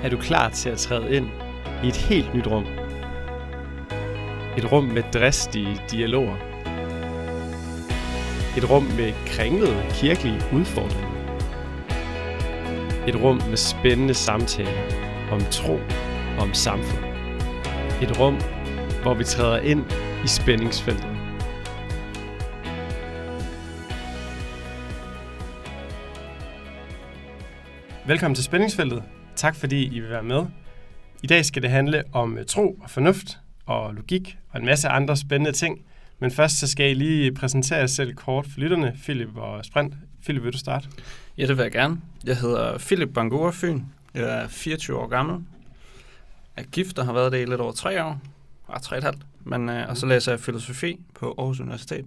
er du klar til at træde ind i et helt nyt rum. Et rum med dristige dialoger. Et rum med kringlede kirkelige udfordringer. Et rum med spændende samtaler om tro og om samfund. Et rum, hvor vi træder ind i spændingsfeltet. Velkommen til Spændingsfeltet. Tak fordi I vil være med. I dag skal det handle om tro og fornuft og logik og en masse andre spændende ting. Men først så skal I lige præsentere jer selv kort for lytterne, Philip og Sprint. Philip, vil du starte? Ja, det vil jeg gerne. Jeg hedder Philip Bangura Fyn. Jeg er 24 år gammel. Jeg er gift og har været det i lidt over 3 år. 3,5. Men, og så læser jeg filosofi på Aarhus Universitet.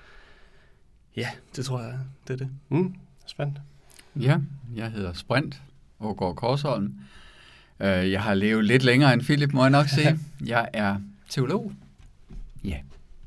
Ja, det tror jeg, det er det. Spændende. Ja, jeg hedder Sprint Aagaard Korsholm. Jeg har levet lidt længere end Philip, må jeg nok sige. Jeg er teolog. Ja.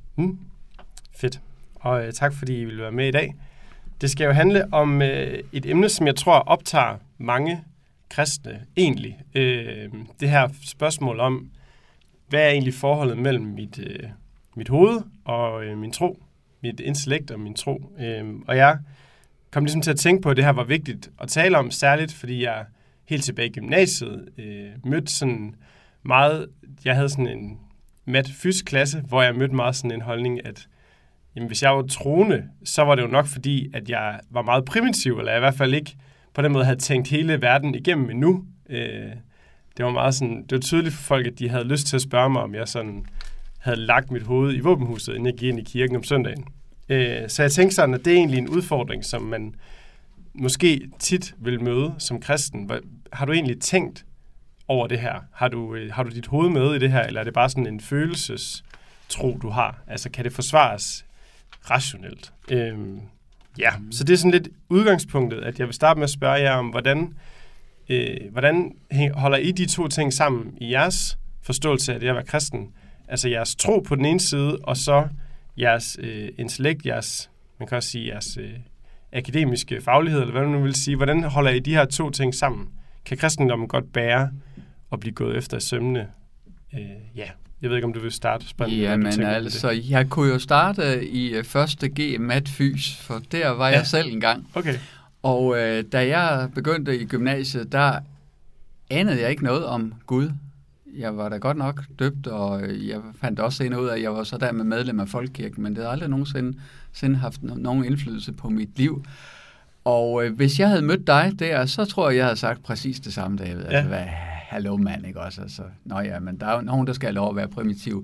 Fedt. Og tak fordi I vil være med i dag. Det skal jo handle om et emne, som jeg tror optager mange kristne egentlig. Det her spørgsmål om, hvad er egentlig forholdet mellem mit hoved og min tro, mit intellekt og min tro. Og jeg kom ligesom til at tænke på, at det her var vigtigt at tale om, særligt fordi jeg helt tilbage i gymnasiet mødte sådan meget, jeg havde sådan en mat-fys-klasse, hvor jeg mødte meget sådan en holdning, at jamen, hvis jeg var troende, så var det jo nok fordi, at jeg var meget primitiv, eller jeg i hvert fald ikke på den måde havde tænkt hele verden igennem endnu. Det var meget sådan, det var tydeligt for folk, at de havde lyst til at spørge mig, om jeg sådan havde lagt mit hoved i våbenhuset, inden jeg gik ind i kirken om søndagen. Så jeg tænkte sådan, at det er egentlig en udfordring, som man måske tit vil møde som kristen. Har du egentlig tænkt over det her? Har du dit hoved med i det her, eller er det bare sådan en følelsestro, du har? Altså, kan det forsvares rationelt? Så det er sådan lidt udgangspunktet, at jeg vil starte med at spørge jer om, hvordan holder I de to ting sammen i jeres forståelse af det at være kristen? Altså jeres tro på den ene side, og så jeres intellekt, man kan også sige jeres akademiske faglighed, eller hvad du nu vil sige. Hvordan holder I de her to ting sammen? Kan kristendommen godt bære at blive gået efter i sømmene? Jeg ved ikke, om du vil starte. Jamen altså, jeg kunne jo starte i 1. G mat-fys, for der var jeg selv engang. Okay. Og da jeg begyndte i gymnasiet, der anede jeg ikke noget om Gud. Jeg var da godt nok døbt, og jeg fandt også senere ud af, at jeg var så der med medlem af Folkekirken, men det havde aldrig nogensinde haft nogen indflydelse på mit liv. Og hvis jeg havde mødt dig der, så tror jeg havde sagt præcis det samme, David. Ja. Altså, hallo mand, ikke også? Altså, men der er jo nogen, der skal have lov at være primitiv.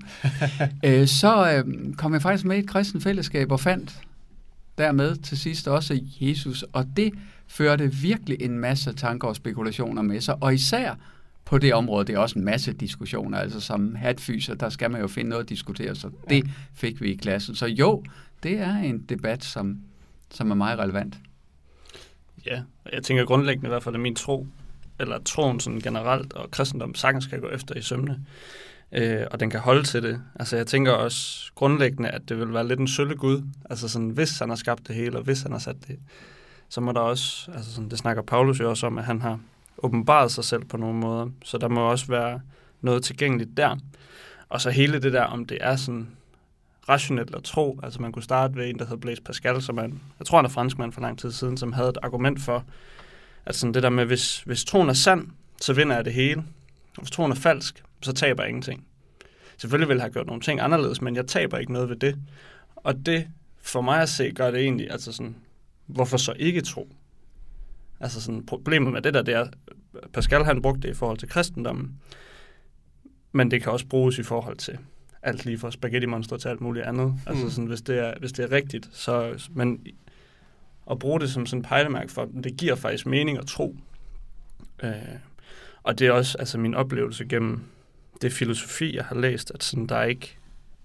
Så kom jeg faktisk med i et kristen fællesskab og fandt dermed til sidst også Jesus, og det førte virkelig en masse tanker og spekulationer med sig, og især på det område, det er også en masse diskussioner, altså som hatfyser, der skal man jo finde noget at diskutere, så det fik vi i klassen. Så jo, det er en debat, som er meget relevant. Ja, jeg tænker grundlæggende i hvert fald, at min tro, eller troen sådan generelt, og kristendom sagtens kan gå efter i sømmene, og den kan holde til det. Altså jeg tænker også grundlæggende, at det vil være lidt en sølle Gud, altså sådan, hvis han har skabt det hele, og hvis han har sat det, så må der også, altså sådan, det snakker Paulus jo også om, at han har åbenbaret sig selv på nogle måder, så der må også være noget tilgængeligt der. Og så hele det der, om det er sådan rationelt at tro, altså man kunne starte ved en, der hed Blaise Pascal, som jeg tror han er franskmand for lang tid siden, som havde et argument for, at sådan det der med, hvis troen er sand, så vinder jeg det hele. Og hvis troen er falsk, så taber jeg ingenting. Selvfølgelig ville jeg have gjort nogle ting anderledes, men jeg taber ikke noget ved det. Og det, for mig at se, gør det egentlig, altså sådan, hvorfor så ikke tro? Altså sådan, problemet med det der, det er, Pascal han brugte det i forhold til kristendommen, men det kan også bruges i forhold til alt lige fra spaghetti-monster til alt muligt andet. Altså sådan, hvis det er rigtigt, så, men at bruge det som sådan en pejlemærke for dem, det giver faktisk mening at tro. Og det er også altså min oplevelse gennem det filosofi, jeg har læst, at sådan, der er ikke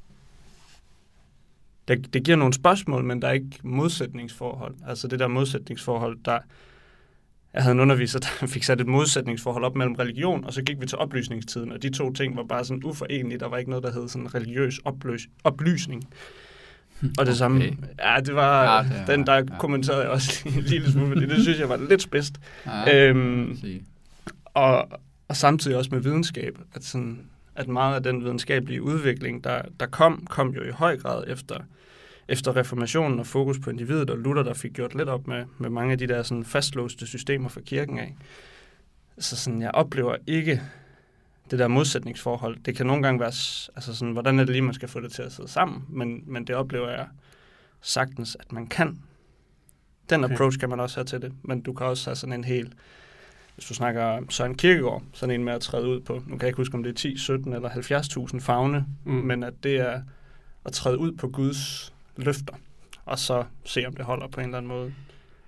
det giver nogle spørgsmål, men der er ikke modsætningsforhold. Altså det der modsætningsforhold, der jeg havde en underviser, der fik sat et modsætningsforhold op mellem religion, og så gik vi til oplysningstiden, og de to ting var bare sådan uforenelige. Der var ikke noget, der hed sådan religiøs oplysning. Og det samme, det var den, der kommenterede jeg også en lille smule, fordi det synes jeg var lidt spidst. Og Og samtidig også med videnskab, at meget af den videnskabelige udvikling, der kom jo i høj grad efter reformationen og fokus på individet, og Luther, der fik gjort lidt op med mange af de der sådan fastlåste systemer for kirken af. Så sådan, jeg oplever ikke det der modsætningsforhold. Det kan nogle gange være, altså sådan, hvordan er det lige, man skal få det til at sidde sammen, men det oplever jeg sagtens, at man kan. Den approach kan man også have til det, men du kan også have sådan en hel, hvis du snakker Søren Kierkegaard, sådan en med at træde ud på, nu kan jeg ikke huske, om det er 10, 17 eller 70.000 favne, men at det er at træde ud på Guds løfter, og så se, om det holder på en eller anden måde.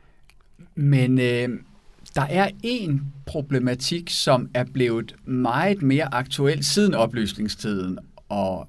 Men der er en problematik, som er blevet meget mere aktuel siden oplysningstiden, og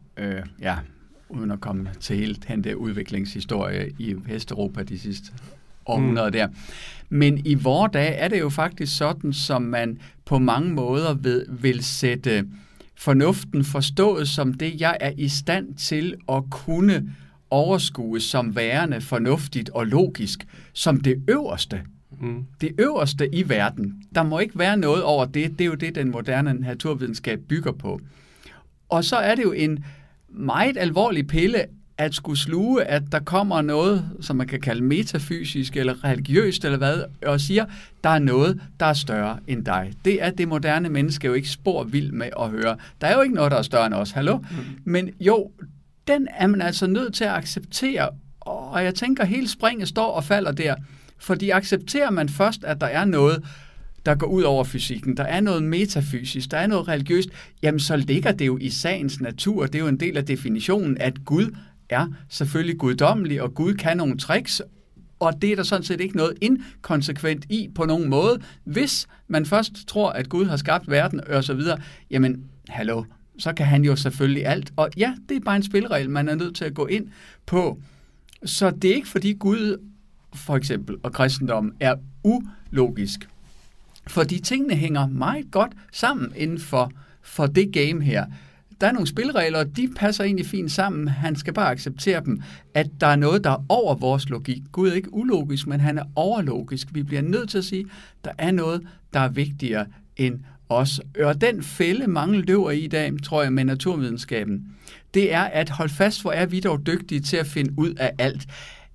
uden at komme til helt den der udviklingshistorie i Vesteuropa de sidste århundreder der. Men i vore dage er det jo faktisk sådan, som man på mange måder vil sætte fornuften forstået som det, jeg er i stand til at kunne overskue som værende fornuftigt og logisk, som det øverste. Det øverste i verden. Der må ikke være noget over det. Det er jo det, den moderne naturvidenskab bygger på. Og så er det jo en meget alvorlig pille at skulle sluge, at der kommer noget, som man kan kalde metafysisk eller religiøst eller hvad, og siger, der er noget, der er større end dig. Det er det moderne menneske jo ikke spor vild med at høre. Der er jo ikke noget, der er større end os. Hallo? Men jo, den er man altså nødt til at acceptere, og jeg tænker, hele springet står og falder der, fordi accepterer man først, at der er noget, der går ud over fysikken, der er noget metafysisk, der er noget religiøst, jamen så ligger det jo i sagens natur. Det er jo en del af definitionen, at Gud er selvfølgelig guddommelig, og Gud kan nogle tricks, og det er der sådan set ikke noget inkonsekvent i på nogen måde. Hvis man først tror, at Gud har skabt verden og så videre, jamen hallo, så kan han jo selvfølgelig alt. Og ja, det er bare en spilregel, man er nødt til at gå ind på. Så det er ikke fordi Gud for eksempel, og kristendommen er ulogisk. Fordi tingene hænger meget godt sammen inden for det game her. Der er nogle spilregler, og de passer egentlig fint sammen. Han skal bare acceptere dem, at der er noget, der er over vores logik. Gud er ikke ulogisk, men han er overlogisk. Vi bliver nødt til at sige, at der er noget, der er vigtigere end os. Og den fælde, mange løber i dag, tror jeg, med naturvidenskaben, det er at holde fast, hvor er vi dog dygtige til at finde ud af alt.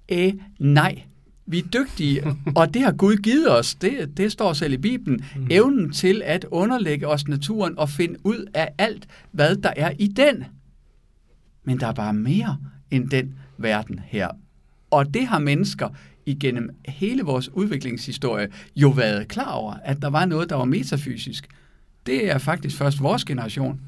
Nej. Vi er dygtige, og det har Gud givet os, det står selv i Bibelen, evnen til at underlægge os naturen og finde ud af alt, hvad der er i den. Men der er bare mere end den verden her. Og det har mennesker igennem hele vores udviklingshistorie jo været klar over, at der var noget, der var metafysisk. Det er faktisk først vores generation,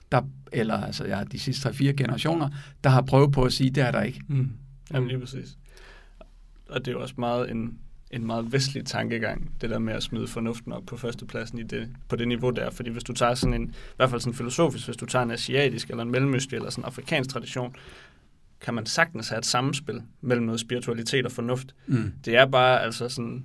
de sidste 3-4 generationer, der har prøvet på at sige, det er der ikke. Jamen lige præcis. Og det er jo også meget en meget vestlig tankegang, det der med at smide fornuften op på førstepladsen på det niveau der. Fordi hvis du tager sådan en, i hvert fald sådan filosofisk, hvis du tager en asiatisk eller en mellemøstlig eller sådan en afrikansk tradition, kan man sagtens have et samspil mellem noget spiritualitet og fornuft. Det er bare altså sådan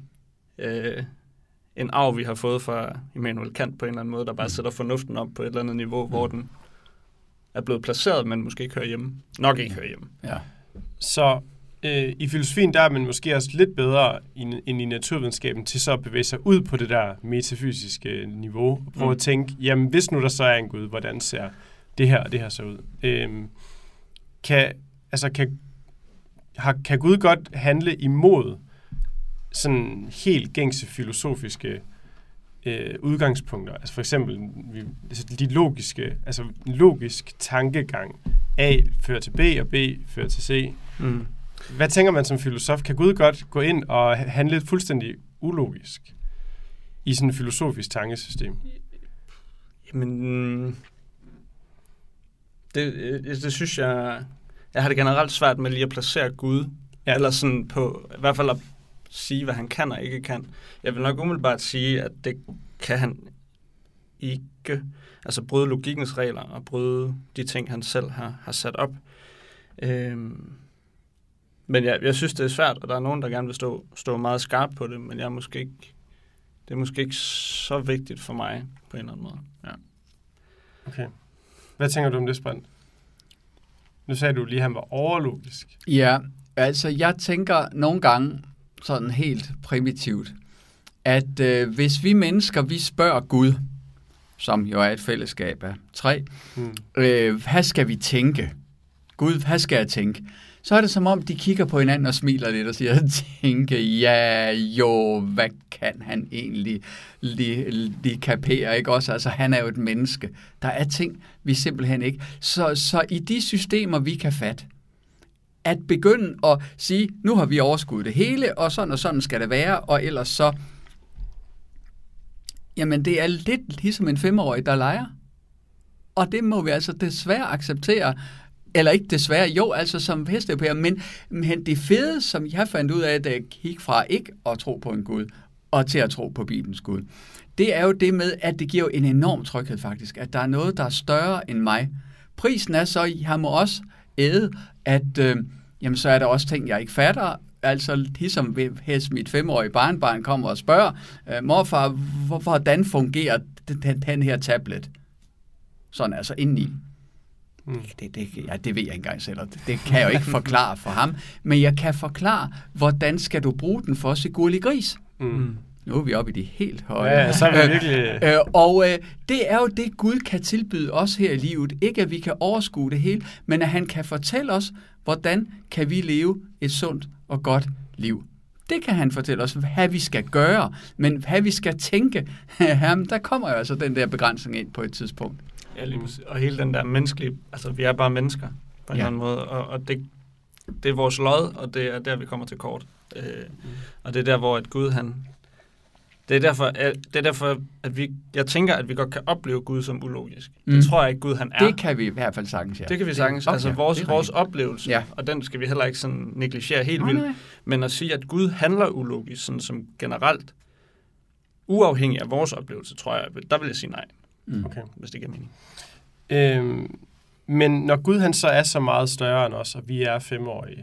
en arv, vi har fået fra Immanuel Kant på en eller anden måde, der bare sætter fornuften op på et eller andet niveau, hvor den er blevet placeret, men måske ikke hører hjemme. Nok ikke hører hjemme. Ja. Så i filosofien, der er man måske også lidt bedre end i naturvidenskaben til så at bevæge sig ud på det der metafysiske niveau og prøve at tænke, jamen hvis nu der så er en Gud, hvordan ser det her og det her så ud? Kan Gud godt handle imod sådan helt gængse filosofiske udgangspunkter? Altså for eksempel de logiske, altså logisk tankegang. A fører til B, og B fører til C. Hvad tænker man som filosof? Kan Gud godt gå ind og handle fuldstændig ulogisk i sådan et filosofisk tankesystem? Jamen, det synes jeg har det generelt svært med lige at placere Gud, eller sådan på, i hvert fald at sige, hvad han kan og ikke kan. Jeg vil nok umiddelbart sige, at det kan han ikke, altså bryde logikkens regler og bryde de ting, han selv har sat op. Men jeg synes, det er svært, og der er nogen, der gerne vil stå meget skarpt på det, men det er måske ikke så vigtigt for mig på en eller anden måde. Ja. Okay. Hvad tænker du om det, Sprint? Nu sagde du lige, at han var overlogisk. Ja, altså jeg tænker nogle gange sådan helt primitivt, at hvis vi mennesker, vi spørger Gud, som jo er et fællesskab af 3. Hvad skal vi tænke? Gud, hvad skal jeg tænke? Så er det som om, de kigger på hinanden og smiler lidt og siger, tænke, ja, jo, hvad kan han egentlig lige kapere, ikke også? Altså, han er jo et menneske. Der er ting, vi simpelthen ikke. Så i de systemer, vi kan fatte, at begynde at sige, nu har vi overskudt det hele, og sådan skal det være, og ellers så, jamen det er lidt ligesom en 5-årig, der leger. Og det må vi altså desværre acceptere, eller ikke desværre, jo, altså som hesteuropæer, men det fede, som jeg fandt ud af, da jeg gik fra ikke at tro på en Gud, og til at tro på Bibelens Gud, det er jo det med, at det giver jo en enorm tryghed faktisk, at der er noget, der er større end mig. Prisen er så, at jeg må også æde, at jamen, så er der også ting, jeg ikke fatter. Altså ligesom hvis mit 5-årige barnbarn kommer og spørger, morfar, hvordan fungerer den her tablet? Sådan altså indeni. Det ved jeg ikke engang selv, og det kan jeg jo ikke forklare for ham, men jeg kan forklare, hvordan skal du bruge den for Sigurli Gris? Nu er vi oppe i de helt høje. Ja, så er vi virkelig... og det er jo det, Gud kan tilbyde os her i livet. Ikke at vi kan overskue det hele, men at han kan fortælle os, hvordan kan vi leve et sundt og godt liv. Det kan han fortælle os, hvad vi skal gøre, men hvad vi skal tænke, der kommer jo altså den der begrænsning ind på et tidspunkt. Ja, lige præcis. Og hele den der menneskelige, altså vi er bare mennesker på en eller anden måde, og det er vores lod, og det er der, vi kommer til kort. Og det er der, hvor at Gud, det er derfor, at jeg tænker, at vi godt kan opleve Gud som ulogisk. Det tror jeg ikke, Gud han er. Det kan vi i hvert fald sagtens, ja. Det kan vi sagtens. Altså vores oplevelse, og den skal vi heller ikke sådan negligere helt vildt. Men at sige, at Gud handler ulogisk, sådan som generelt, uafhængig af vores oplevelse, tror jeg, der vil jeg sige nej. Okay. Hvis det giver mening. Men når Gud han så er så meget større end os, og vi er 5-årige,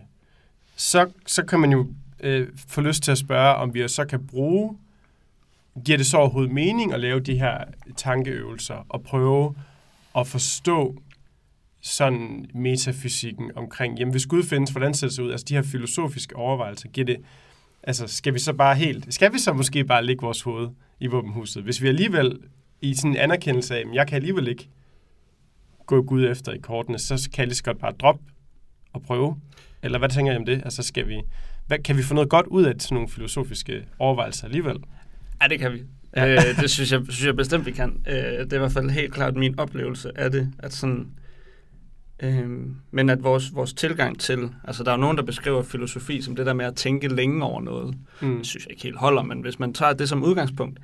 så kan man jo få lyst til at spørge, om vi så kan bruge, giver det så overhovedet mening at lave de her tankeøvelser, og prøve at forstå sådan metafysikken omkring, jamen hvis Gud findes, hvordan ser det sig ud? Altså de her filosofiske overvejelser, skal vi så måske bare lægge vores hoved i våbenhuset? Hvis vi alligevel i sådan en anerkendelse af, at jeg kan alligevel ikke gå Gud efter i kortene, så kan jeg lige så godt bare droppe og prøve. Eller hvad tænker I om det? Altså kan vi få noget godt ud af sådan nogle filosofiske overvejelser alligevel? Ja, det kan vi. Det synes jeg bestemt, vi kan. Det er i hvert fald helt klart min oplevelse af det, at sådan... men at vores tilgang til... Altså, der er jo nogen, der beskriver filosofi som det der med at tænke længe over noget. Det synes jeg ikke helt holder, men hvis man tager det som udgangspunkt,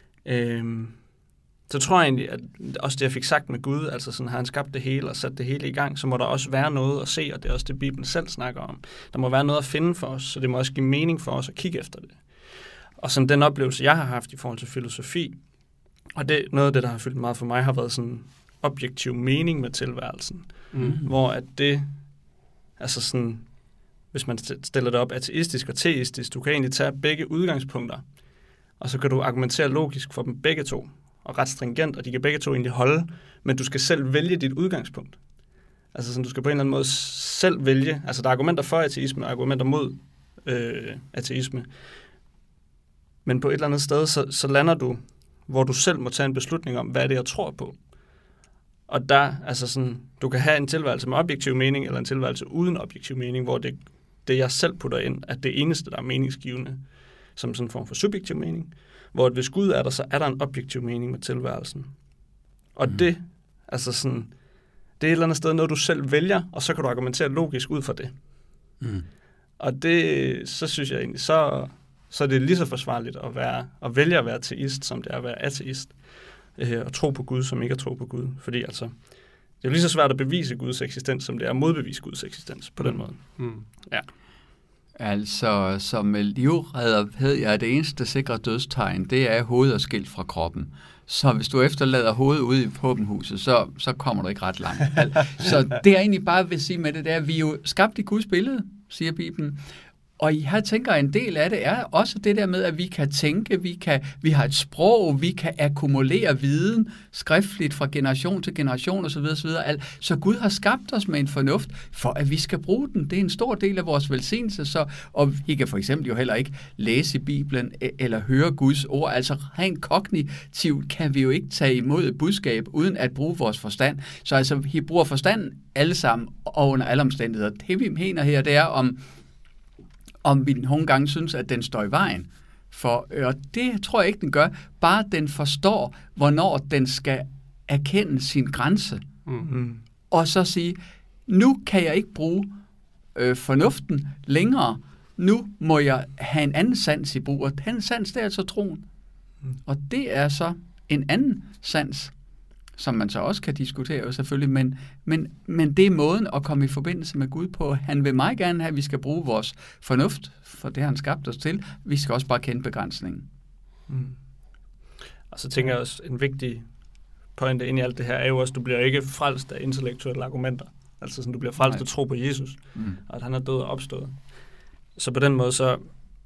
så tror jeg egentlig, at også det, jeg fik sagt med Gud, altså sådan har han skabt det hele og sat det hele i gang, så må der også være noget at se, og det er også det, Bibelen selv snakker om. Der må være noget at finde for os, så det må også give mening for os at kigge efter det. Og sådan den oplevelse, jeg har haft i forhold til filosofi, og det noget af det, der har fyldt meget for mig, har været sådan objektiv mening med tilværelsen. Hvor at det, altså sådan, hvis man stiller det op ateistisk og teistisk, du kan egentlig tage begge udgangspunkter, og så kan du argumentere logisk for dem begge to, og ret stringent, og de kan begge to egentlig holde, men du skal selv vælge dit udgangspunkt. Altså sådan, du skal på en eller anden måde selv vælge, altså der er argumenter for ateisme, og argumenter mod ateisme, men på et eller andet sted, så lander du, hvor du selv må tage en beslutning om, hvad er det, jeg tror på. Og der, altså sådan, du kan have en tilværelse med objektiv mening, eller en tilværelse uden objektiv mening, hvor det jeg selv putter ind, er det eneste, der er meningsgivende, som sådan en form for subjektiv mening. Hvor hvis Gud er der, så er der en objektiv mening med tilværelsen. Og det, altså sådan, det er et eller andet sted noget, du selv vælger, og så kan du argumentere logisk ud fra det. Og det, så synes jeg egentlig, så er det lige så forsvarligt at vælge at være ateist, som det er at være ateist. Og tro på Gud, som ikke at tro på Gud. Fordi altså, det er jo lige så svært at bevise Guds eksistens, som det er at modbevise Guds eksistens på den måde. Ja. Altså, som livredder ved jeg, at det eneste sikre dødstegn, det er hovedet og skilt fra kroppen. Så hvis du efterlader hovedet ude i våbenhuset, så kommer du ikke ret langt. Så det jeg egentlig bare vil sige med det, det er, at vi er jo skabt i Guds billede, siger Bibelen. Og jeg tænker, en del af det er også det der med, at vi kan tænke, vi har et sprog, vi kan akkumulere viden skriftligt fra generation til generation osv. Så Gud har skabt os med en fornuft, for at vi skal bruge den. Det er en stor del af vores velsignelse, og vi kan for eksempel jo heller ikke læse i Bibelen eller høre Guds ord. Altså rent kognitivt kan vi jo ikke tage imod et budskab, uden at bruge vores forstand. Så altså, vi bruger forstanden alle sammen, og under alle omstændigheder. Det vi mener her, det er om vi nogle gange synes, at den står i vejen. Og det tror jeg ikke, den gør. Bare den forstår, hvornår den skal erkende sin grænse. Mm-hmm. Og så sige, nu kan jeg ikke bruge fornuften længere. Nu må jeg have en anden sans i brug. Og den sans, det er altså troen. Mm. Og det er så en anden sans, som man så også kan diskutere selvfølgelig, men det er måden at komme i forbindelse med Gud på. Han vil meget gerne have, at vi skal bruge vores fornuft, for det har han skabt os til. Vi skal også bare kende begrænsningen. Mm. Og så tænker jeg også, en vigtig pointe ind i alt det her er jo også, at du bliver ikke frelst af intellektuelle argumenter. Altså sådan, du bliver frelst af tro på Jesus, og at han er død og opstået. Så på den måde, så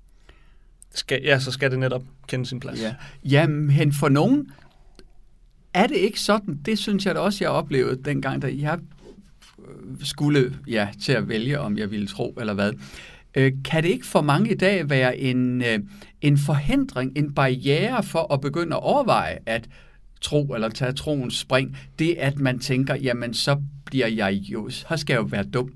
skal det netop kende sin plads. Ja, men for nogen er det ikke sådan. Det synes jeg da også, jeg oplevede dengang, da jeg skulle til at vælge, om jeg ville tro eller hvad. Kan det ikke for mange i dag være en forhindring, en barriere for at begynde at overveje at tro eller tage troens spring? Det, at man tænker, jamen så bliver jeg jo, så skal jeg jo være dum.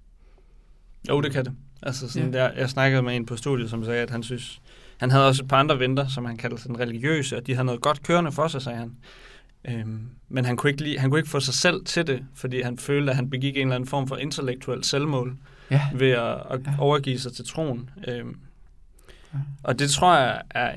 Jo, det kan det. Altså sådan jeg snakkede med en på studiet, som sagde, at han synes, han havde også et par andre venner, som han kaldte sådan religiøse, og de havde noget godt kørende for sig, sagde han. Men han kunne ikke få sig selv til det, fordi han følte, at han begik en eller anden form for intellektuel selvmål ved at overgive sig til troen. Og det tror jeg er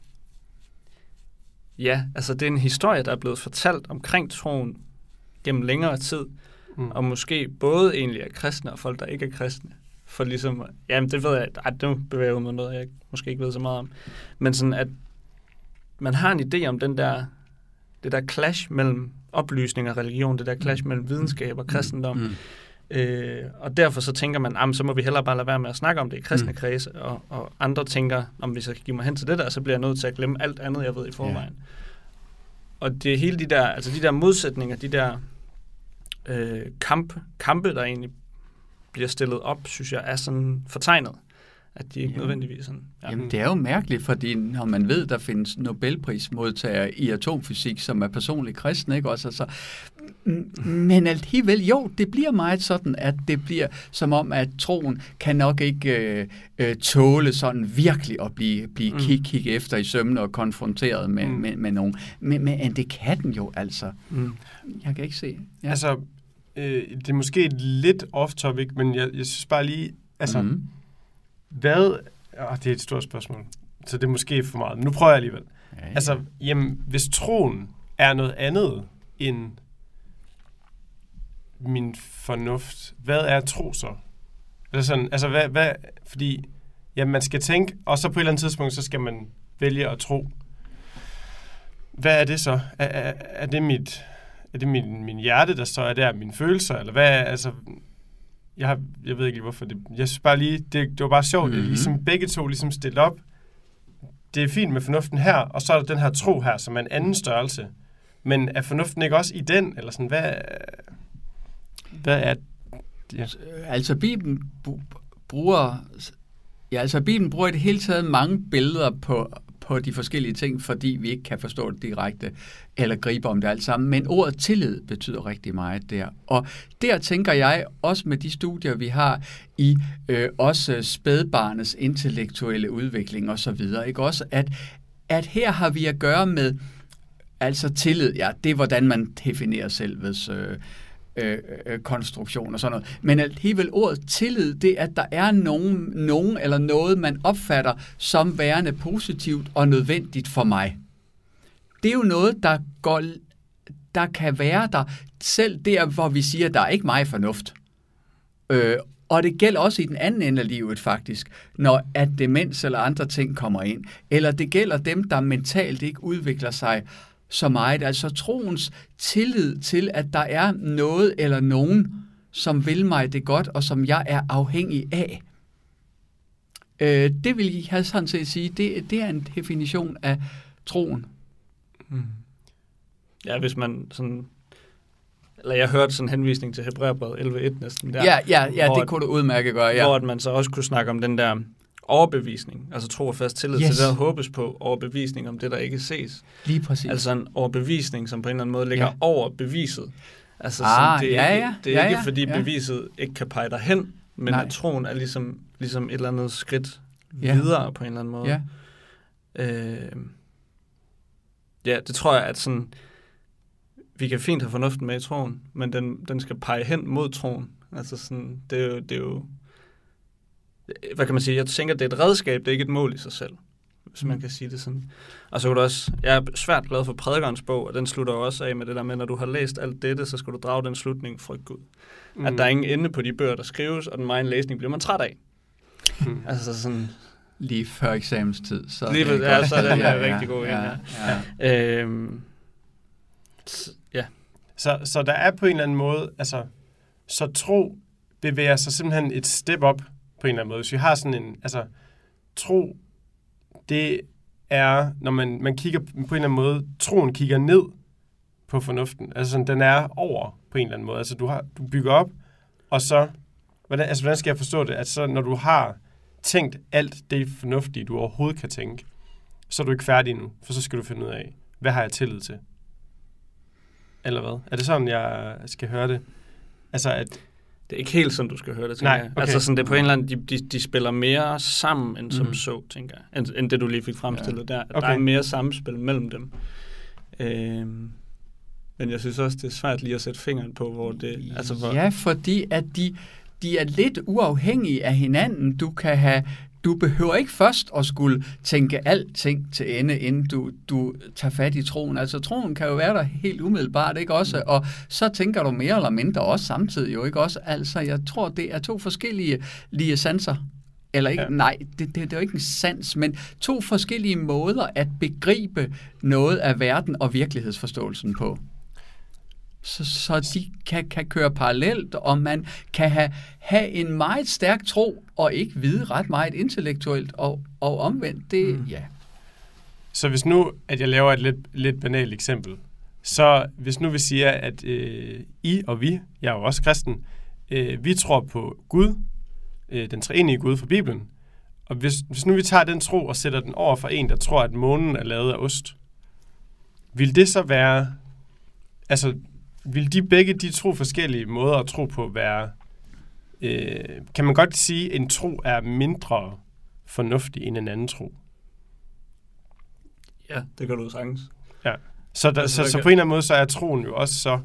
det er en historie, der er blevet fortalt omkring troen gennem længere tid, og måske både egentlig er kristne og folk, der ikke er kristne. For ligesom, jamen det ved jeg, det bevæger mig noget, jeg måske ikke ved så meget om. Men sådan, at man har en idé om det der clash mellem oplysning og religion, det der clash mellem videnskab og kristendom. Og derfor så tænker man, så må vi hellere bare lade være med at snakke om det i kristne kredse, og andre tænker, om hvis jeg kan give mig hen til det der, så bliver jeg nødt til at glemme alt andet, jeg ved i forvejen. Og det er hele de der modsætninger, de der kampe, der egentlig bliver stillet op, synes jeg, er sådan fortegnet. At de ikke nødvendigvis sådan... Ja. Jamen, det er jo mærkeligt, fordi når man ved, der findes Nobelprismodtagere i atomfysik, som er personligt kristne, ikke også? Altså, men alligevel, jo, det bliver meget sådan, at det bliver som om, at troen kan nok ikke tåle sådan virkelig at blive kigget efter i sømne og konfronteret med nogen. Men det kan den jo altså. Jeg kan ikke se. Ja. Altså, det er måske lidt off-topic, men jeg synes bare lige, altså... Hvad... det er et stort spørgsmål, så det er måske for meget. Men nu prøver jeg alligevel. Ja. Altså, hvis troen er noget andet end min fornuft, hvad er tro så? Hvad fordi man skal tænke, og så på et eller andet tidspunkt, så skal man vælge at tro. Hvad er det så? Er det min hjerte, der så er der, mine følelser, eller hvad er, altså... Jeg ved ikke hvorfor det... Jeg synes bare lige, det var bare sjovt, at ligesom begge to ligesom stille op. Det er fint med fornuften her, og så er der den her tro her, som er en anden størrelse. Men er fornuften ikke også i den? Eller sådan, hvad er... Ja. Altså, Bibelen bruger i det hele taget mange billeder på de forskellige ting, fordi vi ikke kan forstå det direkte eller gribe om det alt sammen. Men ordet tillid betyder rigtig meget der. Og der tænker jeg også med de studier, vi har i også spædbarnets intellektuelle udvikling og så videre, ikke også, at her har vi at gøre med altså tillid. Ja, det er hvordan man definerer selvets konstruktion og sådan noget. Men alligevel ordet tillid, det er, at der er nogen eller noget, man opfatter som værende positivt og nødvendigt for mig. Det er jo noget, der kan være der, selv der, hvor vi siger, at der er ikke meget fornuft. Og det gælder også i den anden ende af livet faktisk, når at demens eller andre ting kommer ind. Eller det gælder dem, der mentalt ikke udvikler sig så meget. Altså troens tillid til, at der er noget eller nogen, som vil mig det godt, og som jeg er afhængig af. Det vil jeg sådan set sige, det er en definition af troen. Ja, hvis man sådan... Eller jeg hørte sådan en henvisning til Hebræerbrevet 11.1 næsten der. Ja, det kunne du udmærket gøre, ja. Hvor at man så også kunne snakke om den der overbevisning, altså tro og fast tillid til det, der håbes på, overbevisning om det, der ikke ses. Lige præcis. Altså en overbevisning, som på en eller anden måde ligger over beviset. Altså det er ikke fordi beviset ikke kan pege derhen, men at troen er ligesom et eller andet skridt videre på en eller anden måde. Ja, det tror jeg, at sådan, vi kan fint have fornuften med i troen, men den skal pege hen mod troen. Altså sådan, det er jo hvad kan man sige? Jeg tænker, det er et redskab, det er ikke et mål i sig selv, hvis man kan sige det sådan. Og så kan du også, jeg er svært glad for prædikerens bog, og den slutter også af med det der med, når du har læst alt dette, så skal du drage den slutning fra Gud. At der er ingen ende på de bøger, der skrives, og den megen læsning bliver man træt af. Altså sådan... Lige før eksamenstid. Så lige ved, så er den rigtig god. Så der er på en eller anden måde, altså, så tro bevæger sig simpelthen et step op på en eller anden måde. Hvis vi har sådan en, altså, tro, det er, når man kigger på en eller anden måde, troen kigger ned på fornuften. Altså sådan, den er over på en eller anden måde. Altså du bygger op, og så, hvordan skal jeg forstå det? Altså når du har tænkt alt det fornuftige, du overhovedet kan tænke, så er du ikke færdig nu, for så skal du finde ud af, hvad har jeg tillid til? Eller hvad? Er det sådan, jeg skal høre det? Altså at... Det er ikke helt sådan, du skal høre det, tænker jeg. Okay. Altså sådan, det er på en eller anden, de spiller mere sammen, end som så, tænker jeg. End det, du lige fik fremstillet der. Okay. Der er mere samspil mellem dem. Men jeg synes også, det er svært lige at sætte fingeren på, hvor det... Altså, hvor... Ja, fordi at de er lidt uafhængige af hinanden. Du behøver ikke først at skulle tænke alting til ende, inden du tager fat i troen. Altså, troen kan jo være der helt umiddelbart, ikke også? Og så tænker du mere eller mindre også samtidig, jo ikke også? Altså, jeg tror, det er to forskellige lige sanser. Eller ikke, nej, det er jo ikke en sans, men to forskellige måder at begribe noget af verden og virkelighedsforståelsen på. Så de kan køre parallelt, og man kan have en meget stærk tro, og ikke vide ret meget intellektuelt, og omvendt, det, Så hvis nu, at jeg laver et lidt banalt eksempel, så hvis nu vi siger, at I og vi, jeg er jo også kristen, vi tror på Gud, den treenige Gud fra Bibelen, og hvis nu vi tager den tro og sætter den over for en, der tror, at månen er lavet af ost, vil det så være, altså, vil de to forskellige måder at tro på være, kan man godt sige, at en tro er mindre fornuftig end en anden tro? Ja, det gør du sagtens. Ja. Så på en eller anden måde, så er troen jo også så...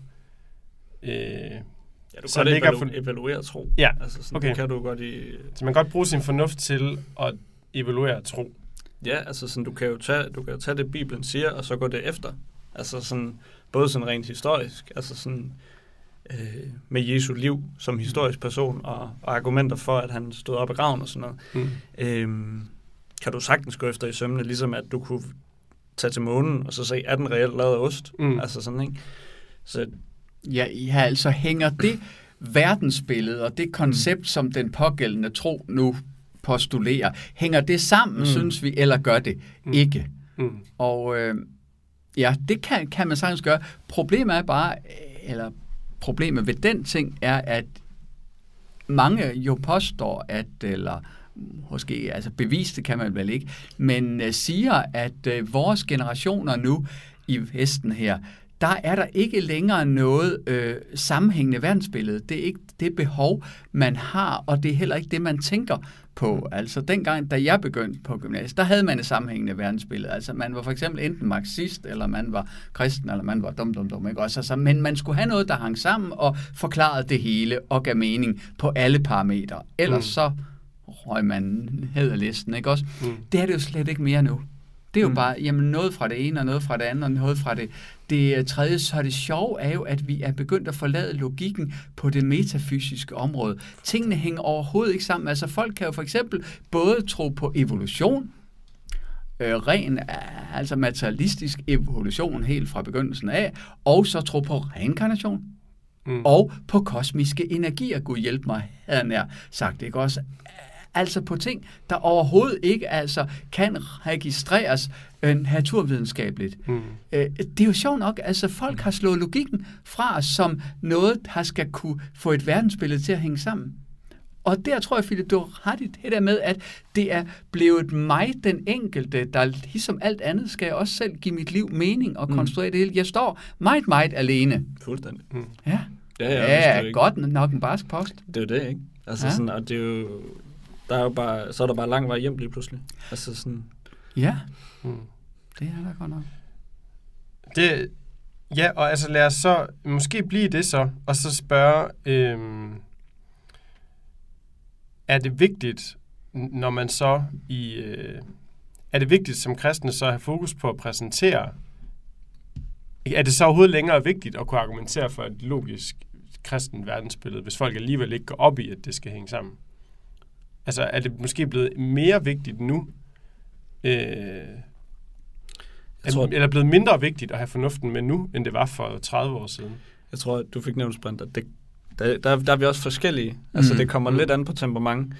du kan godt evaluere tro. Ja, altså sådan, okay. Det kan du godt Så man kan godt bruge sin fornuft til at evaluere tro. Ja, altså sådan, du kan jo tage det, Bibelen siger, og så gå det efter. Altså sådan, både sådan rent historisk, altså sådan med Jesu liv som historisk person, og argumenter for, at han stod op i graven og sådan noget. Kan du sagtens gå efter i sømmene, ligesom at du kunne tage til månen, og så se, er den reelt lavet af ost? Altså sådan, ikke? Så... Ja, altså hænger det verdensbillede og det koncept, som den pågældende tro nu postulerer, hænger det sammen, synes vi, eller gør det ikke? Og ja, det kan man sagtens gøre. Problemet er bare, eller problemet ved den ting er, at mange jo påstår, at, eller måske, altså bevist det kan man vel ikke, men siger, at vores generationer nu i Vesten her, der er der ikke længere noget sammenhængende verdensbillede. Det er ikke det behov, man har, og det er heller ikke det, man tænker på. Altså dengang, da jeg begyndte på gymnasiet, der havde man et sammenhængende verdensbillede. Altså man var for eksempel enten marxist, eller man var kristen, eller man var dum, ikke også? Altså, men man skulle have noget, der hang sammen og forklarede det hele og gav mening på alle parametre. Ellers så røg man ned ad listen, ikke også? Det er det jo slet ikke mere nu. Det er jo bare, jamen noget fra det ene, og noget fra det andet, og noget fra det tredje. Så det sjove er jo, at vi er begyndt at forlade logikken på det metafysiske område. Tingene hænger overhovedet ikke sammen. Altså folk kan jo for eksempel både tro på evolution, altså materialistisk evolution helt fra begyndelsen af, og så tro på reinkarnation, og på kosmiske energier. Gud hjælp mig, havde nær sagt, ikke også? altså på ting, der overhovedet ikke altså kan registreres naturvidenskabeligt. Det er jo sjovt nok, altså folk har slået logikken fra os som noget, der skal kunne få et verdensbillede til at hænge sammen. Og der tror jeg, Philip, du har ret i det der med, at det er blevet mig, den enkelte, der ligesom alt andet, skal jeg også selv give mit liv mening og konstruere det hele. Jeg står meget alene. Fuldstændig. Ja. Ja, godt nok en barsk post. Det er jo det, ikke? Altså sådan, og det er jo, der er jo bare, så er der bare lang vej hjem lige pludselig. Altså sådan. Ja, det er der godt nok. Ja, og altså lad os så måske blive det så, og så spørge, er det vigtigt, når man så er det vigtigt som kristne så at have fokus på at præsentere, er det så overhovedet længere vigtigt at kunne argumentere for et logisk kristen verdensbillede, hvis folk alligevel ikke går op i, at det skal hænge sammen? Altså er det måske blevet mere vigtigt nu, eller blevet mindre vigtigt at have fornuften med nu, end det var for 30 år siden? Jeg tror, at du fik nævnt, Sprint, at der er vi også forskellige. Altså, det kommer lidt an på temperament.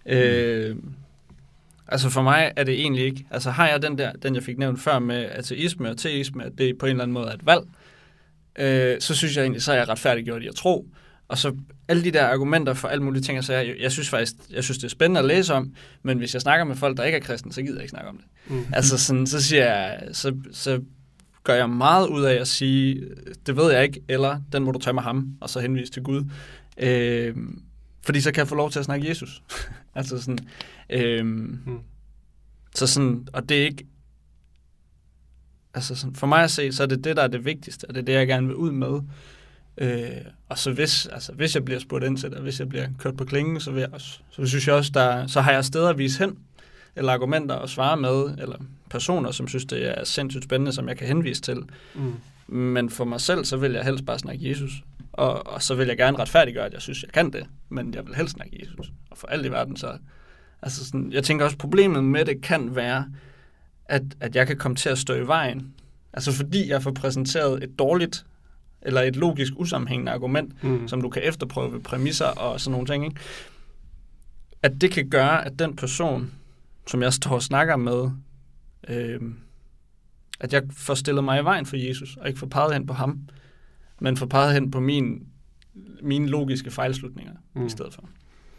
Altså, for mig er det egentlig ikke. Altså, har jeg den jeg fik nævnt før med ateisme og teisme, at det på en eller anden måde er et valg, så synes jeg egentlig, så er jeg retfærdiggjort i at tro. Og så alle de der argumenter for alle mulige ting, så jeg synes faktisk, det er spændende at læse om, men hvis jeg snakker med folk, der ikke er kristne, så gider jeg ikke snakke om det. Altså, sådan, så siger jeg, så gør jeg meget ud af at sige, det ved jeg ikke, eller den må du tage med ham, og så henvise til Gud. Fordi så kan jeg få lov til at snakke Jesus. Altså sådan, så sådan, og det er ikke, altså sådan, for mig at se, så er det det, der er det vigtigste, og det er det, jeg gerne vil ud med. Og så hvis jeg bliver spurgt ind til det, hvis jeg bliver kørt på klingen, så synes jeg også, så har jeg steder at vise hen, eller argumenter at svare med, eller personer, som synes, det er sindssygt spændende, som jeg kan henvise til. Men for mig selv, så vil jeg helst bare snakke Jesus. Og så vil jeg gerne retfærdiggøre, at jeg synes, jeg kan det, men jeg vil helst snakke Jesus. Og for alt i verden, så. Altså sådan, jeg tænker også, problemet med det kan være, at jeg kan komme til at stå i vejen. Altså fordi jeg får præsenteret et dårligt, eller et logisk usammenhængende argument, som du kan efterprøve ved præmisser og sådan nogle ting, ikke? At det kan gøre, at den person, som jeg står og snakker med, at jeg får stillet mig i vejen for Jesus, og ikke får peget hen på ham, men får peget hen på mine logiske fejlslutninger i stedet for.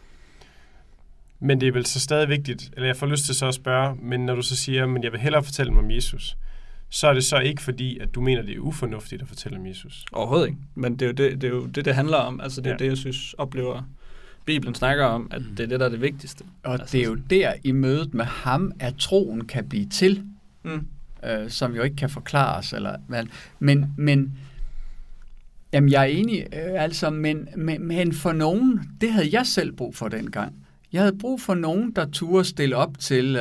Men det er vel så stadig vigtigt, eller jeg får lyst til så at spørge, men når du så siger, men jeg vil hellere fortælle mig om Jesus, så er det så ikke fordi, at du mener, det er ufornuftigt at fortælle om Jesus? Overhovedet ikke, men det er jo det handler om. Altså det er det, jeg synes, oplever Bibelen snakker om, at det er det, der er det vigtigste. Og altså, det er jo der i mødet med ham, at troen kan blive til, som jo ikke kan forklares. Men jamen, jeg er enig, altså, men for nogen, det havde jeg selv brug for dengang. Jeg havde brug for nogen, der turde stille op til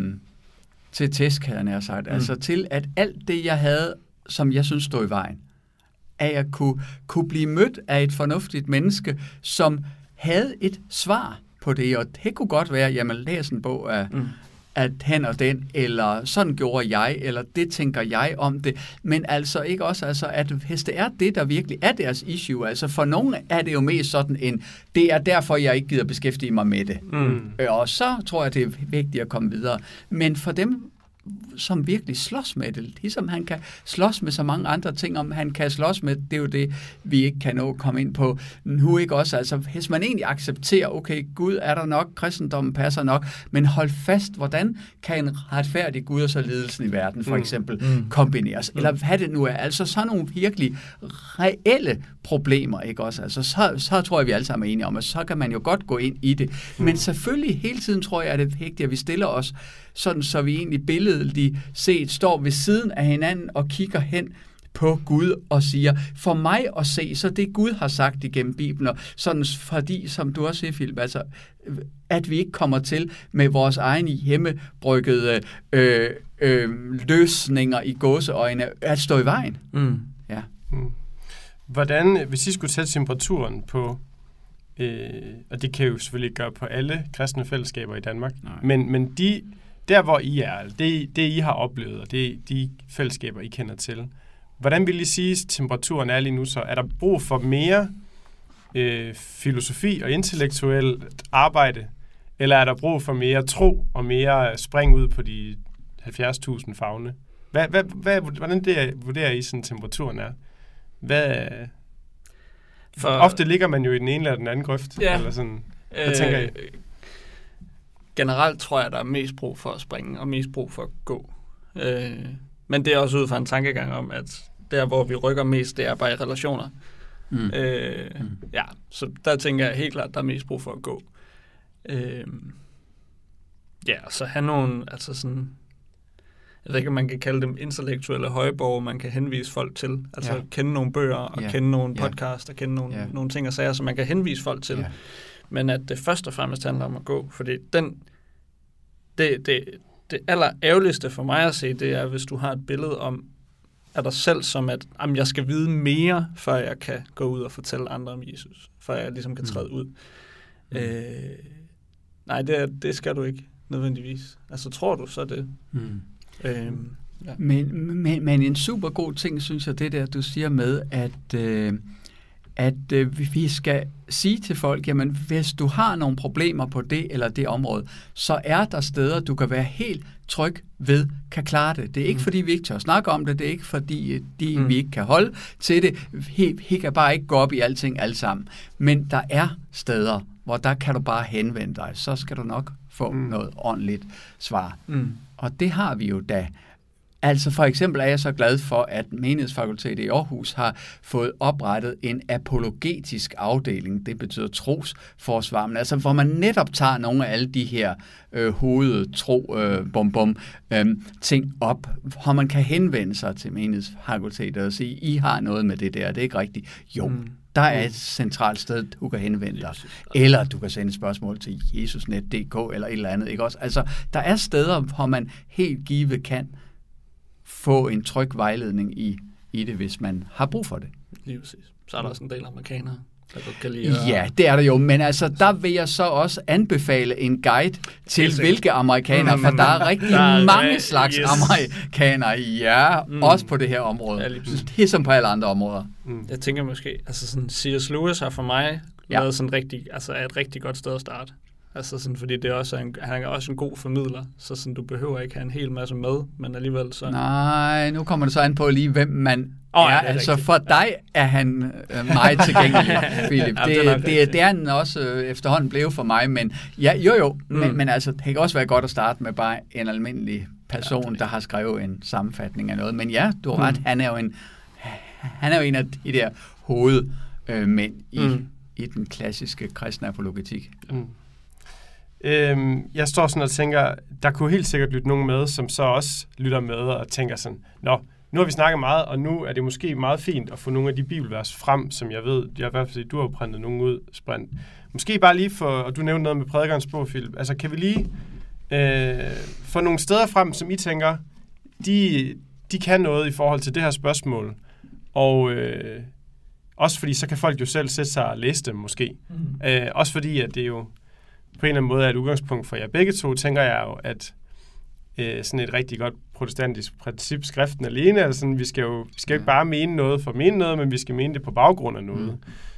tæsk, havde jeg sagt. Altså til, at alt det, jeg havde, som jeg synes stod i vejen, at jeg kunne blive mødt af et fornuftigt menneske, som havde et svar på det, og det kunne godt være, jamen læs en bog af at han og den, eller sådan gjorde jeg, eller det tænker jeg om det, men altså ikke også, altså, at hvis det er det, der virkelig er deres issue, altså for nogle er det jo mest sådan en, det er derfor, jeg ikke gider beskæftige mig med det. Og så tror jeg, det er vigtigt at komme videre. Men for dem, som virkelig slås med det, ligesom han kan slås med så mange andre ting, om han kan slås med, det er jo det, vi ikke kan nå komme ind på nu, ikke også? Altså, hvis man egentlig accepterer, okay, Gud er der nok, kristendommen passer nok, men hold fast, hvordan kan en retfærdig Gud og så lidelsen i verden, for eksempel, kombineres? Eller hvad det nu er, altså sådan nogle virkelig reelle problemer, ikke også? Altså, så tror jeg, vi alle sammen er enige om, at så kan man jo godt gå ind i det. Men selvfølgelig hele tiden tror jeg, at det er vigtigt, at vi stiller os sådan, så vi egentlig billedligt set står ved siden af hinanden og kigger hen på Gud og siger, for mig at se, så det Gud har sagt igennem Bibelen, og sådan fordi, som du også siger, Philip, altså, at vi ikke kommer til med vores egen hjemmebryggede løsninger i gåseøjne, at stå i vejen. Ja. Hvordan, hvis I skulle tage temperaturen på, og det kan jo selvfølgelig ikke gøre på alle kristne fællesskaber i Danmark, men der hvor I er, det I har oplevet, og de fællesskaber I kender til, hvordan vil I sige, at temperaturen er lige nu så? Er der brug for mere filosofi og intellektuelt arbejde, Eller er der brug for mere tro og mere spring ud på de 70.000 favne? Hvordan vurderer I, sådan temperaturen er? Ofte ligger man jo i den ene eller den anden grøft. Ja. Eller sådan. Hvad tænker I? Generelt tror jeg, der er mest brug for at springe, og mest brug for at gå. Men det er også ud fra en tankegang om, at der, hvor vi rykker mest, det er bare i relationer. Ja, så der tænker jeg helt klart, der er mest brug for at gå. Ja, så have nogle, altså sådan, jeg ved ikke, om man kan kalde dem intellektuelle højborge, man kan henvise folk til. Altså kende nogle bøger, og kende nogle podcast, og kende nogle ting og sager, som man kan henvise folk til. Men at det først og fremmest handler om at gå, fordi det aller ærgerligste for mig at se, det er, hvis du har et billede om af dig selv, som at jeg skal vide mere, før jeg kan gå ud og fortælle andre om Jesus, før jeg ligesom kan træde ud. Nej, det skal du ikke nødvendigvis. Altså, tror du så det? Ja. Men en super god ting, synes jeg, det der, du siger med, at vi skal sige til folk, jamen hvis du har nogle problemer på det eller det område, så er der steder, du kan være helt tryg ved, kan klare det. Det er ikke fordi, vi ikke tør snakke om det, det er ikke fordi, vi ikke kan holde til det. Vi kan bare ikke gå op i alting alle sammen. Men der er steder, hvor der kan du bare henvende dig, så skal du nok få noget ordentligt svar. Og det har vi jo da. Altså for eksempel er jeg så glad for, at Menighedsfakultetet i Aarhus har fået oprettet en apologetisk afdeling. Det betyder trosforsvar, altså hvor man netop tager nogle af alle de her ting op, hvor man kan henvende sig til Menighedsfakultetet og sige, I har noget med det der, det er ikke rigtigt. Jo, der er et centralt sted, du kan henvende dig. Eller du kan sende et spørgsmål til jesusnet.dk eller et eller andet. Ikke også? Altså, der er steder, hvor man helt givet kan få en tryg vejledning i det, hvis man har brug for det. Lige præcis. Så er der også en del amerikanere, der godt kan lide. Ja, det er der jo, men altså, der vil jeg så også anbefale en guide til hvilke amerikanere, for der er rigtig mange slags amerikanere, også på det her område. Ja, det er som på alle andre områder. Jeg tænker måske, altså sådan, C.S. Lewis har for mig lavet sådan rigtig, altså er et rigtig godt sted at starte. Altså sådan, fordi det er også han er også en god formidler, så sådan, du behøver ikke have en hel masse med, men alligevel så... Nej, nu kommer det så an på lige, hvem man er. Altså rigtigt. For dig er han meget tilgængelig, Philip. Det er han også efterhånden blevet for mig, men men altså, det kan også være godt at starte med bare en almindelig person, der har skrevet en sammenfatning af noget. Men ja, du har ret, han er jo en af de der hovedmænd i den klassiske kristne apologetik. Jeg står sådan og tænker, der kunne helt sikkert lytte nogen med, som så også lytter med og tænker sådan, nu har vi snakket meget, og nu er det måske meget fint at få nogle af de bibelvers frem, som jeg ved, i hvert fald du har printet nogen ud, Sprint. Måske bare lige og du nævnte noget med prædikernes bog, Philip. Altså kan vi lige få nogle steder frem, som I tænker, de kan noget i forhold til det her spørgsmål, og også fordi så kan folk jo selv sætte sig og læse dem måske. Også fordi, at det er jo på en eller anden måde er et udgangspunkt for jer begge to, tænker jeg jo, at sådan et rigtig godt protestantisk princip, skriften alene, altså sådan, vi skal jo ikke bare mene noget for at mene noget, men vi skal mene det på baggrund af noget.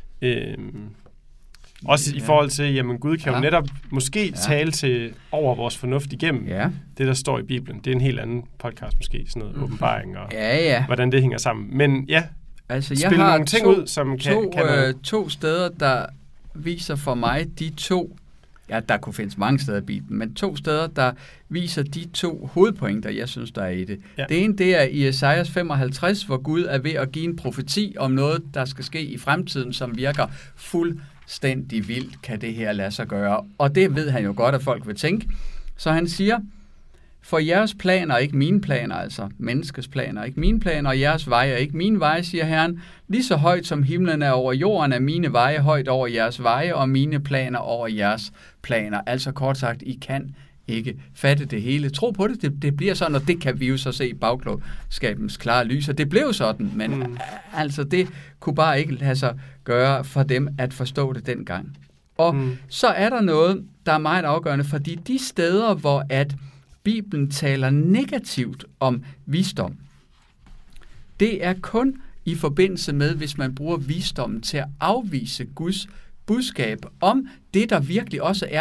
Også i forhold til, jamen Gud kan jo netop måske tale til over vores fornuft igennem det, der står i Bibelen. Det er en helt anden podcast måske, sådan noget åbenbaring og hvordan det hænger sammen. Men altså, spil nogle ting ud, som kan to steder, der viser for mig de to. Ja, der kunne findes mange steder i Bibelen, men 2 steder, der viser de 2 hovedpointer, jeg synes, der er i det. Ja. Det ene, det er i Esajas 55, hvor Gud er ved at give en profeti om noget, der skal ske i fremtiden, som virker fuldstændig vildt, kan det her lade sig gøre. Og det ved han jo godt, at folk vil tænke. Så han siger, for jeres planer er ikke mine planer, altså menneskets planer er ikke mine planer, og jeres veje er ikke mine veje, siger Herren. Lige så højt som himlen er over jorden, er mine veje højt over jeres veje, og mine planer over jeres planer. Altså kort sagt, I kan ikke fatte det hele. Tro på det, det bliver sådan, og det kan vi jo så se i bagklogskabens klare lys, og det blev sådan, men altså det kunne bare ikke lade sig gøre for dem at forstå det dengang. Og så er der noget, der er meget afgørende, fordi de steder, hvor at Bibelen taler negativt om visdom, det er kun i forbindelse med, hvis man bruger visdommen til at afvise Guds budskab om det, der virkelig også er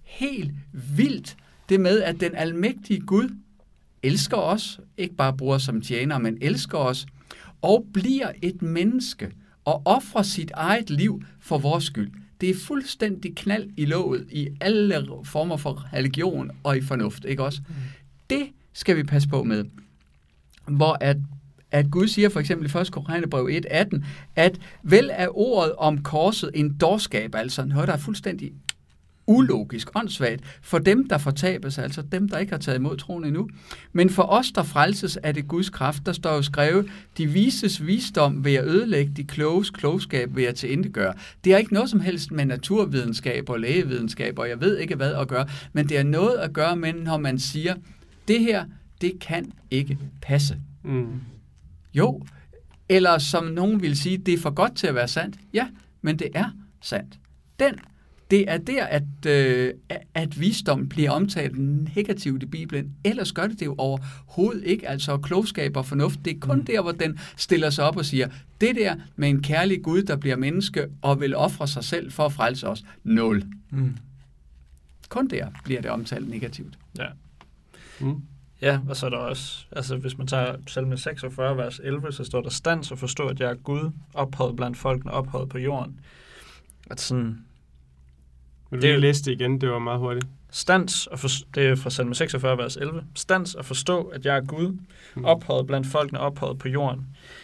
helt vildt, det med, at den almægtige Gud elsker os, ikke bare bruger som tjener, men elsker os, og bliver et menneske, og offrer sit eget liv for vores skyld. Det er fuldstændig knald i låget i alle former for religion og i fornuft, ikke også? Det skal vi passe på med. Hvor at Gud siger for eksempel i 1. Korintherbrev 1:18, at vel er ordet om korset en dårskab, altså noget, der er fuldstændig ulogisk, åndssvagt, for dem, der fortabes, altså dem, der ikke har taget imod troen endnu. Men for os, der frelses, er det Guds kraft. Der står jo skrevet, de vises visdom vil jeg ødelægge, de kloges klogskab vil jeg tilintetgøre. Det har ikke noget som helst med naturvidenskab og lægevidenskab, og jeg ved ikke hvad at gøre, men det er noget at gøre med, når man siger, det her, det kan ikke passe. Jo, eller som nogen vil sige, det er for godt til at være sandt. Ja, men det er sandt. Det er der, at visdom bliver omtalt negativt i Bibelen. Ellers gør det jo overhovedet ikke. Altså klogskab og fornuft, det er kun der, hvor den stiller sig op og siger, det der med en kærlig Gud, der bliver menneske og vil ofre sig selv for at frelse os. 0. Kun der bliver det omtalt negativt. Ja. Ja, og så er der også, altså hvis man tager salme 46, vers 11, så står der, stands og forstå, at jeg er Gud, ophøjet blandt folkene, ophøjet på jorden. At sådan... Vil du lige læse det igen? Det var meget hurtigt. Det er fra salme 46, vers 11. Stands og forstå, at jeg er Gud, ophøjet blandt folkene, ophøjet på jorden.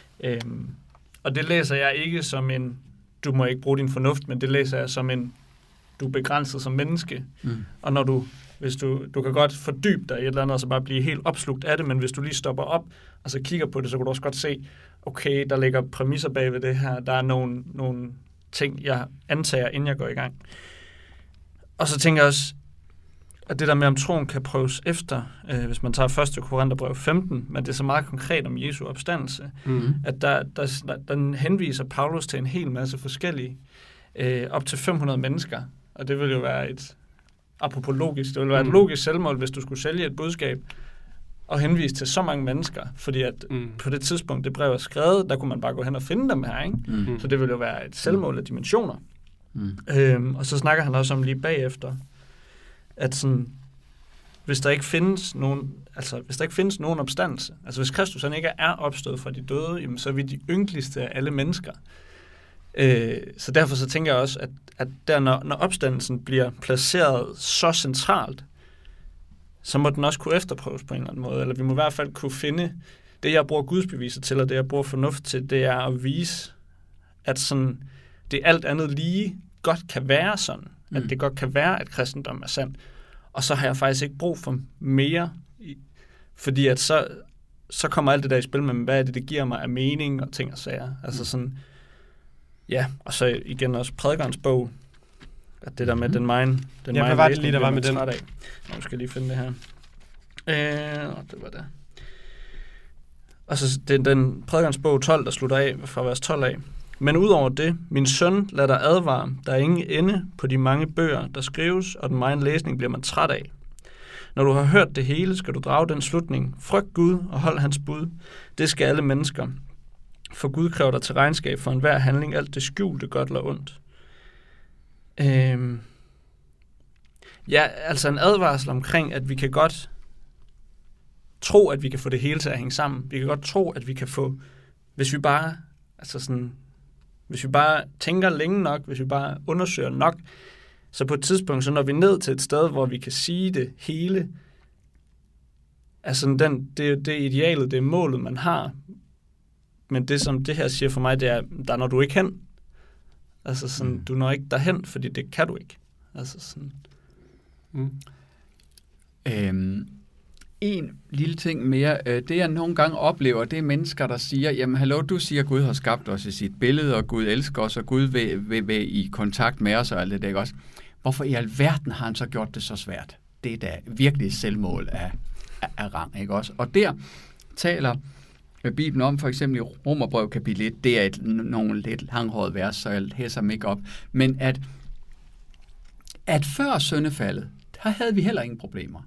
Og det læser jeg ikke som en, du må ikke bruge din fornuft, men det læser jeg som en, du er begrænset som menneske. Og når hvis du kan godt fordybe dig i et eller andet, og så bare blive helt opslugt af det, men hvis du lige stopper op, og så kigger på det, så kan du også godt se, okay, der ligger præmisser bag ved det her, der er nogle ting, jeg antager, inden jeg går i gang. Og så tænker jeg også, at det der med, om troen kan prøves efter, hvis man tager 1. Korintherbrev 15, men det er så meget konkret om Jesu opstandelse, at der henviser Paulus til en hel masse forskellige, op til 500 mennesker, og det vil jo være apropos logisk, det ville være et logisk selvmål, hvis du skulle sælge et budskab og henvise til så mange mennesker, fordi at på det tidspunkt, det brev er skrevet, der kunne man bare gå hen og finde dem her, ikke? Så det ville jo være et selvmål af dimensioner. Og så snakker han også om lige bagefter, at sådan, hvis der ikke findes nogen opstandelse, altså hvis Kristus han ikke er opstået fra de døde, jamen, så er vi de ynkeligste af alle mennesker. Så derfor så tænker jeg også, at der, når opstandelsen bliver placeret så centralt, så må den også kunne efterprøves på en eller anden måde, eller vi må i hvert fald kunne finde, det jeg bruger gudsbeviser til, og det jeg bruger fornuft til, det er at vise, at sådan, det alt andet lige godt kan være sådan, at det godt kan være, at kristendom er sand, og så har jeg faktisk ikke brug for mere, fordi at så kommer alt det der i spil med, hvad er det giver mig af mening og ting og sager, altså sådan. Ja, og så igen også prædikernes bog, at det der med den mine hvad var det lige, der var med den? Nu skal jeg lige finde det her. Det var det. Og så det er den prædikernes bog 12, der slutter af fra vers 12 af. Men udover det, min søn, lad dig advare, der er ingen ende på de mange bøger, der skrives, og den megen læsning bliver man træt af. Når du har hørt det hele, skal du drage den slutning. Frygt Gud og hold hans bud. Det skal alle mennesker. For Gud kræver dig til regnskab for enhver handling, alt det skjulte, godt eller ondt. Ja, altså en advarsel omkring, at vi kan godt tro, at vi kan få det hele til at hænge sammen. Vi kan godt tro, at vi kan få, hvis vi bare tænker længe nok, hvis vi bare undersøger nok, så på et tidspunkt, så når vi ned til et sted, hvor vi kan sige det hele, altså det er idealet, det er målet, man har. Men det, som det her siger for mig, det er, der når du ikke hen. Altså sådan, du når ikke derhen, fordi det kan du ikke. Altså sådan. En lille ting mere. Det jeg nogle gange oplever, det er mennesker, der siger, jamen hallo, du siger, Gud har skabt os i sit billede, og Gud elsker os, og Gud vil i kontakt med os og alt det der, ikke også? Hvorfor i alverden har han så gjort det så svært? Det er da virkelig selvmål af rang, ikke også? Og der taler Bibelen om, for eksempel i Romerbrev kapitel 1, det er nogle lidt langhårede vers, så jeg hæser dem ikke op, men at før syndefaldet, der havde vi heller ingen problemer.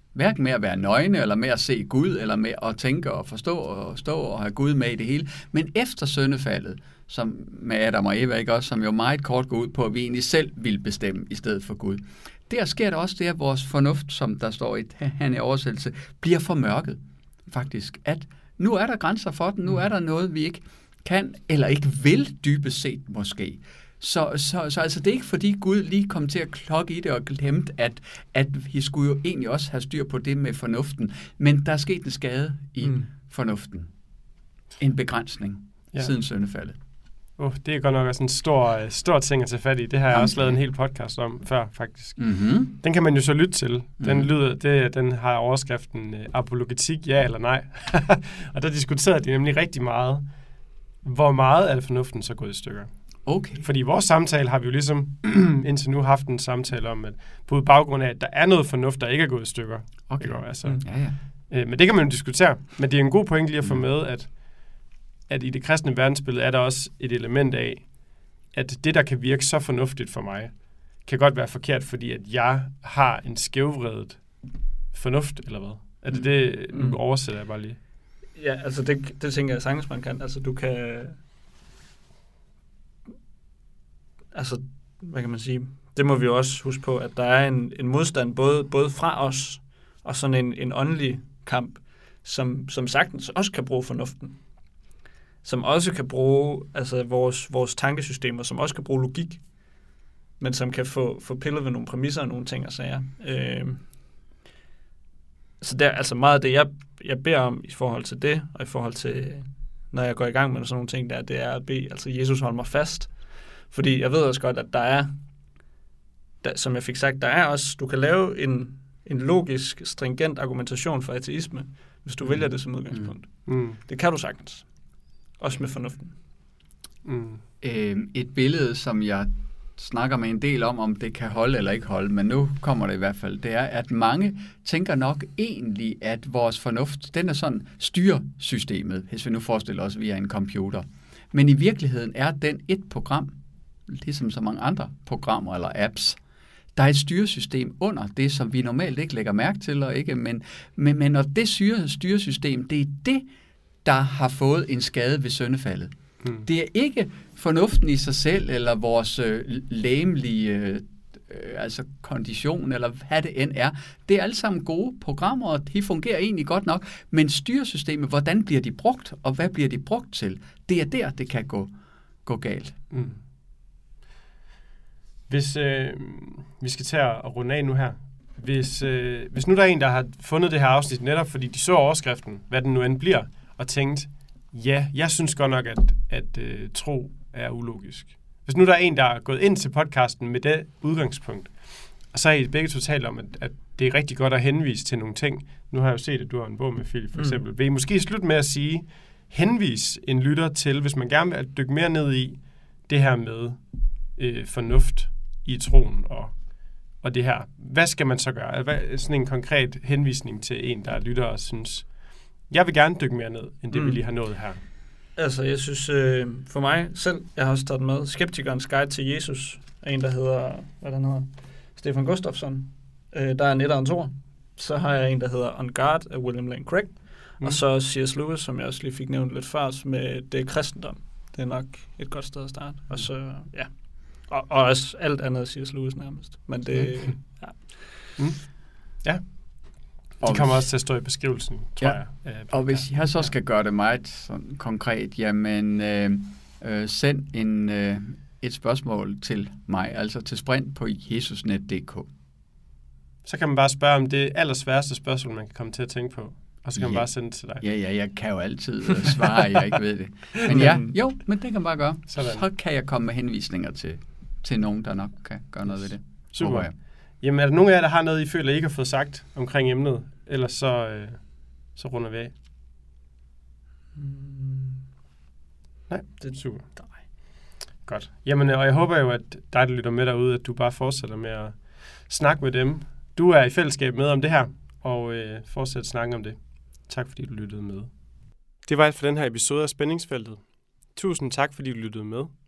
Hverken med at være nøgne, eller med at se Gud, eller med at tænke og forstå og stå og have Gud med i det hele. Men efter syndefaldet, som med Adam og Eva, ikke også, som jo meget kort går ud på, at vi egentlig selv vil bestemme i stedet for Gud. Der sker der også det, at vores fornuft, som der står i han i oversættelse, bliver formørket, faktisk. At nu er der grænser for den, nu er der noget, vi ikke kan, eller ikke vil dybest set måske. Så altså, det er ikke fordi Gud lige kom til at klokke i det og glemte, at vi skulle jo egentlig også have styr på det med fornuften. Men der er sket en skade i fornuften. En begrænsning siden syndefaldet. Det er godt nok også en stor ting at tage fat i. Det har jeg også lavet en hel podcast om før, faktisk. Mm-hmm. Den kan man jo så lytte til. Den har overskriften apologetik, ja eller nej. Og der diskuterede de nemlig rigtig meget, hvor meget af fornuften så gået i stykker. Okay. Fordi i vores samtale har vi jo ligesom indtil nu haft en samtale om, at på baggrund af, at der er noget fornuft, der ikke er gået i stykker. Okay. Men det kan man jo diskutere. Men det er en god point lige at få med, at i det kristne verdensbillede er der også et element af, at det, der kan virke så fornuftigt for mig, kan godt være forkert, fordi at jeg har en skævvredet fornuft, eller hvad? Er det det, nu oversætter jeg bare lige? Ja, altså det tænker jeg sagtens, man kan. Altså du kan... Altså, hvad kan man sige? Det må vi jo også huske på, at der er en modstand både fra os og sådan en åndelig kamp, som sagtens også kan bruge fornuften. Som også kan bruge altså vores tankesystemer, som også kan bruge logik, men som kan få pillet ved nogle præmisser og nogle ting og sager. Så der altså meget af det, jeg beder om i forhold til det, og i forhold til, når jeg går i gang med sådan nogle ting der, det er at bede, altså Jesus hold mig fast. Fordi jeg ved også godt, at der er, som jeg fik sagt, der er også, du kan lave en logisk, stringent argumentation for ateisme, hvis du vælger det som udgangspunkt. Det kan du sagtens. Også med fornuften. Et billede, som jeg snakker med en del om det kan holde eller ikke holde, men nu kommer det i hvert fald, det er, at mange tænker nok egentlig, at vores fornuft, den er sådan styresystemet, hvis vi nu forestiller os, at vi er en computer. Men i virkeligheden er den et program, ligesom så mange andre programmer eller apps. Der er et styresystem under det, som vi normalt ikke lægger mærke til, og ikke, men når det styresystem, det er det, der har fået en skade ved syndefaldet. Det er ikke fornuften i sig selv, eller vores legemlige altså kondition, eller hvad det end er. Det er alle sammen gode programmer, og de fungerer egentlig godt nok, men styresystemet, hvordan bliver de brugt, og hvad bliver de brugt til? Det er der, det kan gå galt. Hvis vi skal til at runde af nu her, hvis nu der er en, der har fundet det her afsnit netop, fordi de så overskriften, hvad den nu end bliver, og tænkt, ja, jeg synes godt nok, at tro er ulogisk. Hvis nu der er en, der er gået ind til podcasten med det udgangspunkt, og så er I begge totalt om, at det er rigtig godt at henvise til nogle ting. Nu har jeg jo set, at du har en bog med Philip, for eksempel. Vil I måske slutte med at sige, henvis en lytter til, hvis man gerne vil dykke mere ned i det her med fornuft i troen og det her. Hvad skal man så gøre? Sådan en konkret henvisning til en, der lytter og synes, jeg vil gerne dykke mere ned, end det vi lige har nået her. Altså, jeg synes, for mig selv, jeg har også taget med Skeptikerens Guide til Jesus, af en, der hedder, Stefan Gustafsson. Der er en etter og en toer. Så har jeg en, der hedder On Guard af William Lane Craig. Og så C.S. Lewis, som jeg også lige fik nævnt lidt før, med Det er kristendom. Det er nok et godt sted at starte. Og så, ja. Og også alt andet C.S. Lewis nærmest. Men det, ja. De kommer også til at stå i beskrivelsen, tror jeg. Og hvis jeg så skal gøre det meget sådan konkret, jamen send et spørgsmål til mig, altså til Sprint på jesusnet.dk. Så kan man bare spørge om det allersværeste spørgsmål, man kan komme til at tænke på, og så kan man bare sende det til dig. Ja, jeg kan jo altid svare, jeg ikke ved det. Men men det kan man bare gøre. Så kan jeg komme med henvisninger til nogen, der nok kan gøre noget ved det. Super. Jamen, er der nogen af jer, der har noget, I føler, I ikke har fået sagt omkring emnet? Ellers så runder vi af. Nej, det er super. Godt. Jamen, og jeg håber jo, at dig, der lytter med derude, at du bare fortsætter med at snakke med dem. Du er i fællesskab med om det her, og fortsæt snakke om det. Tak, fordi du lyttede med. Det var alt for den her episode af Spændingsfeltet. Tusind tak, fordi du lyttede med.